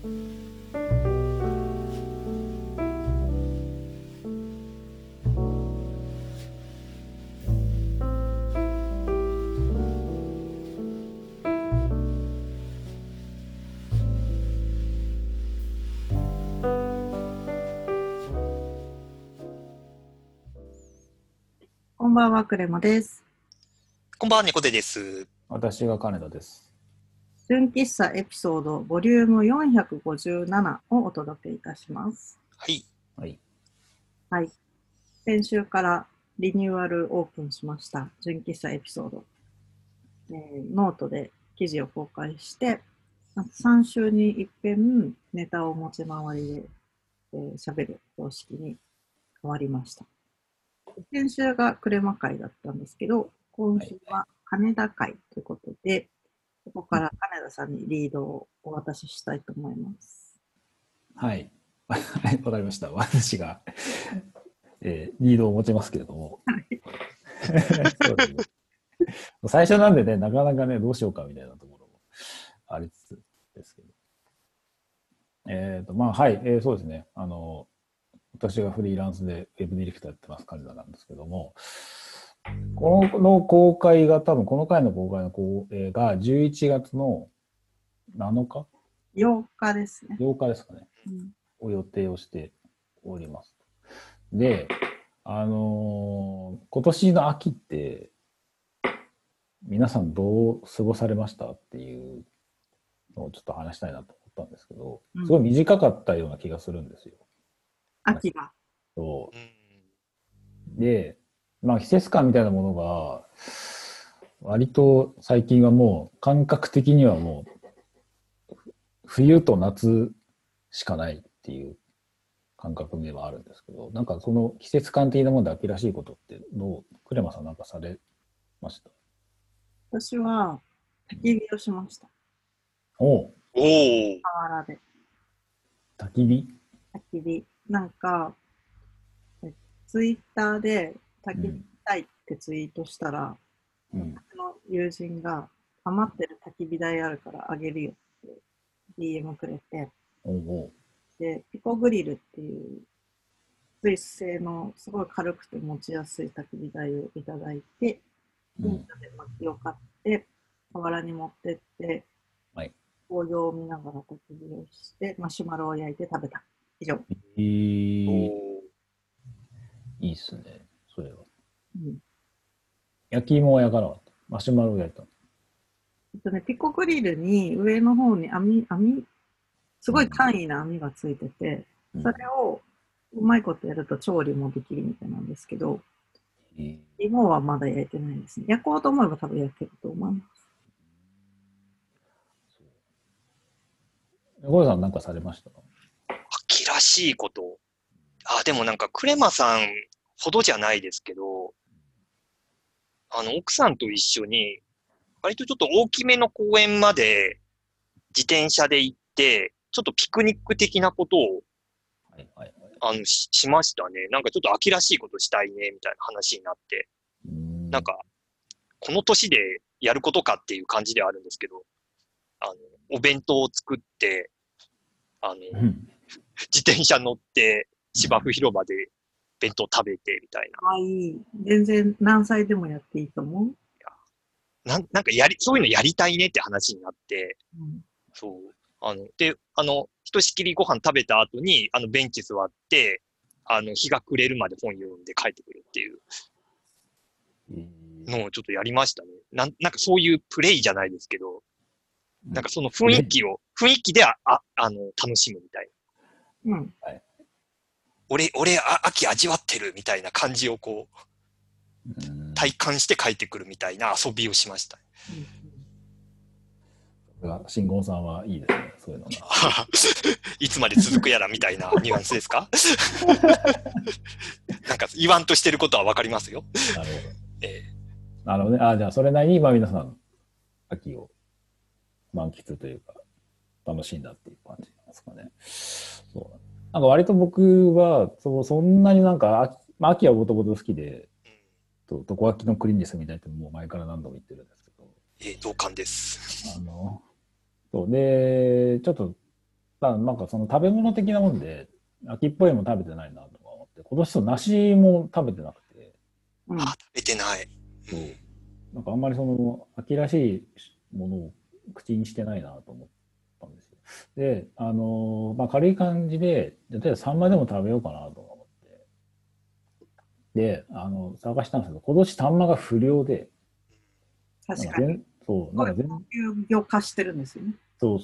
こんばんは、クレマです。 こんばんは、猫背です。 私が金田です。 純喫茶エピソードボリューム457をお届けいたします。 はい。 はい。 はい。先週からリニューアルオープンしました純喫茶エピソード。ノートで記事を公開して、3週に一遍ネタを持ち回りで喋る方式に変わりました。先週がクレマ会だったんですけど、今週は金田会ということで、ここから金田さんにリードをお渡ししたいと思います。 はい。わかりました。私が、リードを持ちますけれども。そうですね、最初なんでね、なかなかね、どうしようかみたいなところもありつつですけど。まあ、はい、そうですね。私がフリーランスでウェブディレクターやってます、金田なんですけども、この公開が多分、この回の公開のが11月の7日 ?8 日ですね。 8日ですかね。を予定をしております。で、今年の秋って、皆さんどう過ごされましたっていうのをちょっと話したいなと思ったんですけど、すごい短かったような気がするんですよ。 秋が。 そう。で、まあ季節感みたいなものが、割と最近はもう感覚的にはもう、冬と夏しかないっていう感覚ではあるんですけど、なんかその季節感的なもので秋らしいことってクレマさんなんかされました？ 私は焚き火をしました。 お河原で。 焚き火？ 焚き火。なんか、ツイッターで焚き火したいってツイートしたら、私の友人が余ってる焚き火台あるからあげるよって DM くれて、で、ピコグリルっていうスイス製のすごい軽くて持ちやすい焚き火台をいただいて、近所で薪を買って河原に持ってって、紅葉を見ながら焚き火をしてマシュマロを焼いて食べた。以上。 いいっすね、それは。焼き芋は焼かなかった。マシュマロを焼いた。 ピコグリルに上の方に網、すごい簡易な網がついてて、それをうまいことやると調理もできるみたいなんですけど、芋はまだ焼いてないですね。焼こうと思えば多分焼けると思います。 ゴリさんなんかされました？ 秋らしいこと。でもなんかクレマさんほどじゃないですけど、奥さんと一緒に、割とちょっと大きめの公園まで自転車で行って、ちょっとピクニック的なことを、しましたね。なんかちょっと秋らしいことしたいね、みたいな話になって。なんか、この年でやることかっていう感じではあるんですけど、お弁当を作って、自転車乗って、芝生広場で弁当食べてみたいな。 いい。全然何歳でもやっていいと思う。 なんかそういうのやりたいねって話になって、そう。で、ひとしきりご飯食べた後に、ベンチ座って、日が暮れるまで本読んで帰ってくるっていうのをちょっとやりましたね。なんかそういうプレイじゃないですけど、なんかその雰囲気で楽しむみたいな。俺、秋味わってるみたいな感じをこう、体感して帰ってくるみたいな遊びをしました。 新婚さんはいいですね、そういうのが。 いつまで続くやらみたいなニュアンスですか？なんか言わんとしてることはわかりますよ。 なるほど。なるほどね。じゃあそれなりに皆さん秋を満喫というか楽しんだっていう感じなんですかね。そうなんか割と僕はそんなになんか秋はぼとぼと好きで、どこ秋のクリーンですみたいなもう前から何度も言ってるんですけど。 同感です。 そうでちょっとなんかその食べ物的なもんで、秋っぽいもの食べてないなとか思って、今年と梨も食べてなくて。 食べてない。 そう。なんかあんまりその秋らしいものを口にしてないなと思ったんですよ。で、まあ軽い感じで、例えばサンマでも食べようかなと思って。で、探したんですけど、今年サンマが不良で、 確かに。 そう、なんか高級魚化してるんですよね。 そう。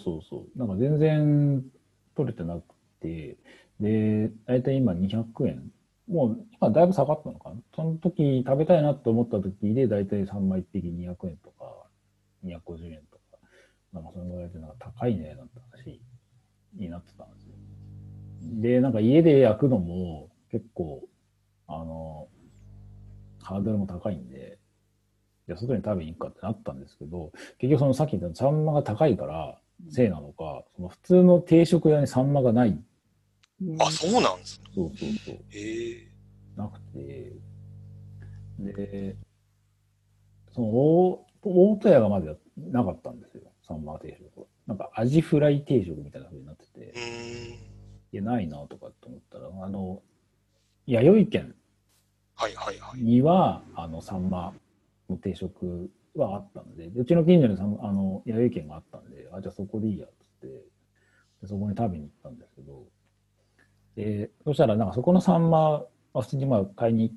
なんか全然取れてなくて、で、大体今200円。もう今だいぶ下がったのかな。その時食べたいなと思った時で大体3枚1匹200円とか250円とか、なんかそのぐらいでなんか高いねなんて話になってたんですよ。で、なんか家で焼くのも結構、ハードルも高いんで、いや、外に食べに行くかってなったんですけど、結局そのさっき言ったサンマが高いからせいなのか、その普通の定食屋にサンマがない。 あ、そうなんですか。 そう。 へえ。 なくて、で、その大戸屋がまだなかったんですよ、サンマ定食は。なんかアジフライ定食みたいな風になってて、いや、ないなとかって思ったら、弥生県には、サンマの定食はあったので、うちの近所に弥生県があったんで、じゃあそこでいいやっつって、でそこに食べに行ったんですけど、そしたらなんかそこのサンマ、普通にまあ買いに行って、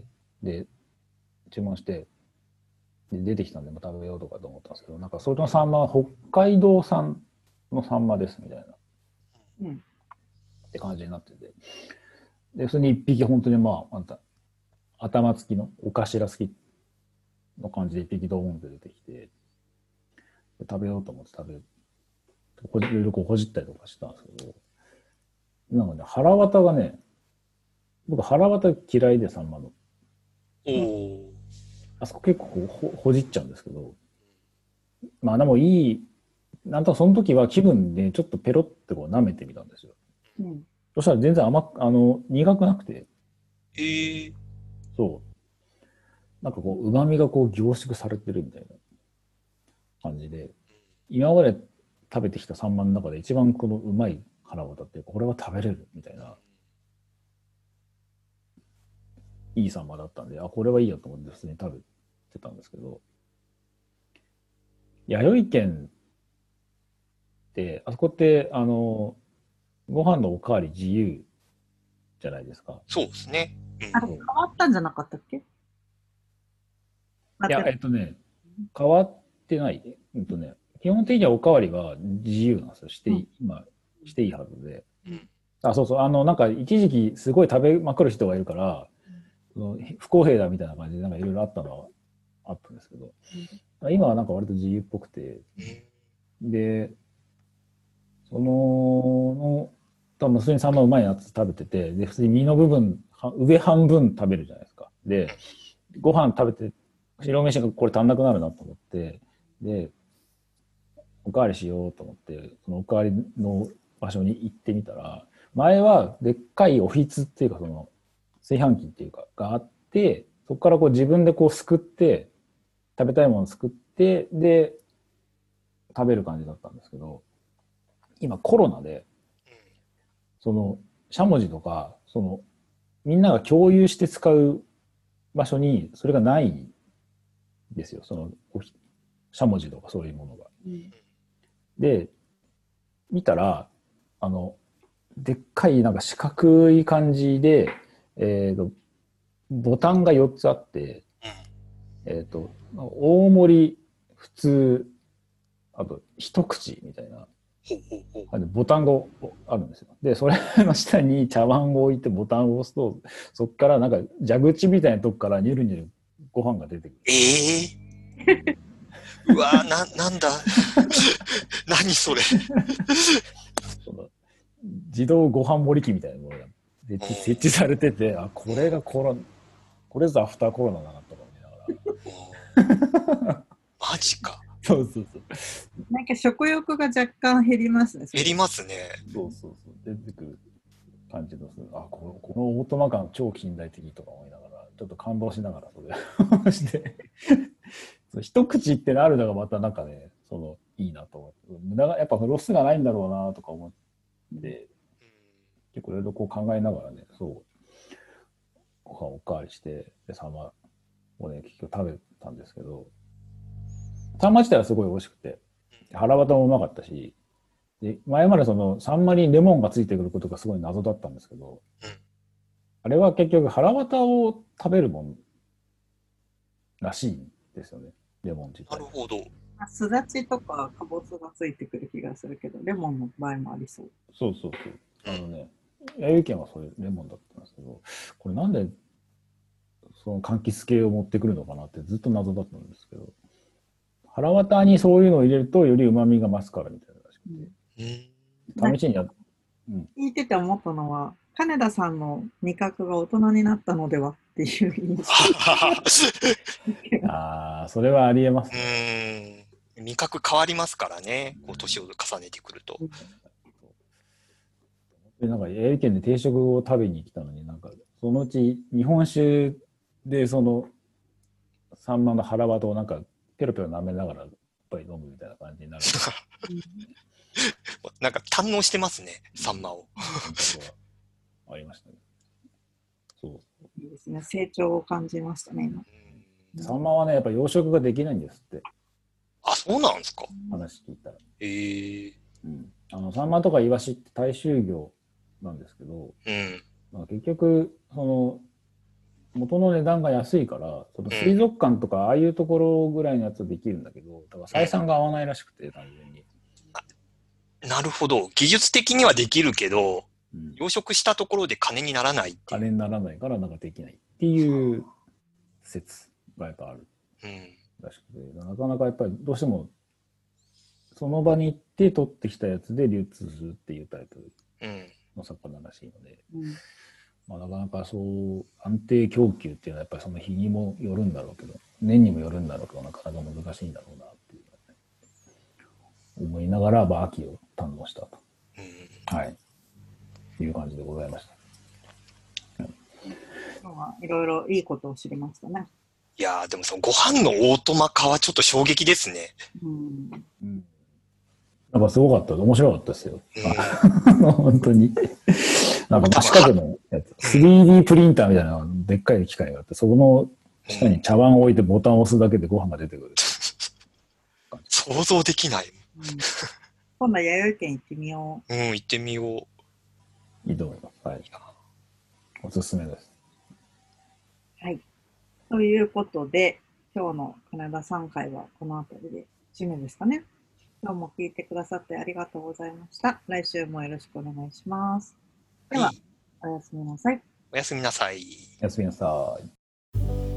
で、注文して、で出てきたんでも食べようとかと思ったんですけど、なんかそのサンマは北海道産のサンマですみたいな、って感じになってて、で、それに一匹本当にまあ、頭付きのお頭付きの感じで一匹ドーンって出てきて、食べようと思っていろいろこうほじったりとかしたんですけど、なんかね、腹渡がね、僕腹渡嫌いでサンマの。あそこ結構ほじっちゃうんですけど、まあでもなんとその時は気分でちょっとペロってこう舐めてみたんですよ。そしたら全然苦くなくて。そう。なんかこう、旨味がこう凝縮されてるみたいな感じで、今まで食べてきたサンマの中で一番このうまい腹渡っていうか、これは食べれるみたいな、いいサンマだったんで、これはいいやと思って普通に食べてたんですけど、弥生県って、あそこって、ご飯のおかわり自由じゃないですか。 そうですね。 あれ変わったんじゃなかったっけ？いや、変わってない。基本的にはおかわりは自由なんですよ。していいはずで。そうそう。なんか一時期すごい食べまくる人がいるから、不公平だみたいな感じでなんかいろいろあったのはあったんですけど、今はなんか割と自由っぽくて、で、多分普通にサンマうまいなって食べてて、で、普通に身の部分、上半分食べるじゃないですか。で、ご飯食べて、白飯がこれ足んなくなるなと思って、で、おかわりしようと思って、そのおかわりの場所に行ってみたら、前はでっかいおひつっていうか、その、炊飯器っていうか、があって、そこからこう自分でこうすくって、食べたいものをすくって、で、食べる感じだったんですけど、今コロナで、その、しゃもじとか、みんなが共有して使う場所に、それがないんですよ。しゃもじとかそういうものが。で、見たら、でっかいなんか四角い感じで、ボタンが4つあって、大盛り、普通、あと一口みたいな。ボタンがあるんですよ。で、それの下に茶碗を置いてボタンを押すと、そこからなんか蛇口みたいなとこからニュルニュルご飯が出てくる。 うわぁ、なんだ何それ自動ご飯盛り機みたいなものが設置されてて、これがこれぞアフターコロナだなとか思いながら。 マジか。 そう。 なんか食欲が若干減りますね。 減りますね。 そう。出てくる感じのする。このオートマ感超近代的とか思いながら、ちょっと感動しながらそれをして、一口ってなるのがまたなんかね、いいなと思って。やっぱロスがないんだろうなとか思っで、結構いろいろこう考えながらね、そう、ご飯をおかわりして、で、サンマをね、結局食べたんですけど、サンマ自体はすごい美味しくて、腹渡もうまかったし、で前までそのサンマにレモンがついてくることがすごい謎だったんですけど、あれは結局腹渡を食べるもんらしいんですよね、レモン自体。 なるほど。 すだちとかかぼすがついてくる気がするけど、レモンの場合もありそう。 そうそうそう。弥生県はそれレモンだったんですけど、これなんでその柑橘系を持ってくるのかなってずっと謎だったんですけど、腹渡にそういうのを入れるとより旨味が増すからみたいならしくて、試しに聞いてて思ったのは、金田さんの味覚が大人になったのではっていう印象。ああ、それはありえますね。 味覚変わりますからね、こう年を重ねてくると。 でなんか弥生県で定食を食べに来たのに、なんかそのうち日本酒でそのサンマの腹渡をなんかペロペロ舐めながらいっぱい飲むみたいな感じになる。 なんか堪能してますね、サンマを。 ありましたね。そう。 いいですね。成長を感じましたね、今。 サンマはね、やっぱ養殖ができないんですって。 あ、そうなんですか。 話聞いたら。サンマとかイワシって大衆魚なんですけど、まあ、結局その元の値段が安いから、その水族館とかああいうところぐらいのやつはできるんだけど、だから採算が合わないらしくて、単純に。 なるほど。技術的にはできるけど、養殖したところで金にならないっていう。 金にならないからなんかできないっていう説がやっぱあるらしくて、なかなかやっぱりどうしてもその場に行って取ってきたやつで流通するっていうタイプの魚らしいので、まあ、なかなかそう安定供給っていうのはやっぱりその日にもよるんだろうけど、年にもよるんだろうけど、なかなか難しいんだろうなっていう、思いながら、まあ、秋を堪能したと、はい、いう感じでございました。 今日はいろいろいいことを知りましたね。 いやー、でもそのご飯のオートマ化はちょっと衝撃ですね。 なんかすごかった。面白かったですよ。本当に。なんか真四角のやつ。3D プリンターみたいなでっかい機械があって、そこの下に茶碗を置いてボタンを押すだけでご飯が出てくる。 想像できない。 今度は弥生県行ってみよう。 行ってみよう。 いいと思います。はい。おすすめです。 はい。ということで、今日の金田さん会はこの辺りで締めですかね。今日も聞いてくださってありがとうございました。来週もよろしくお願いします。では、おやすみなさい。 おやすみなさい。 おやすみなさい。